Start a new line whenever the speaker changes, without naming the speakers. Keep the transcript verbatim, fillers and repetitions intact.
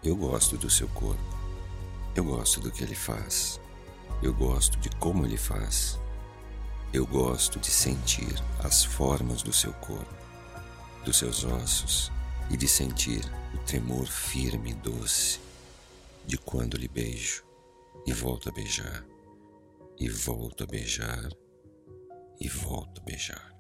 Eu gosto do seu corpo. Eu gosto do que ele faz. Eu gosto de como ele faz. Eu gosto de sentir as formas do seu corpo, dos seus ossos e de sentir o tremor firme e doce de quando lhe beijo e volto a beijar, e volto a beijar, e volto a beijar.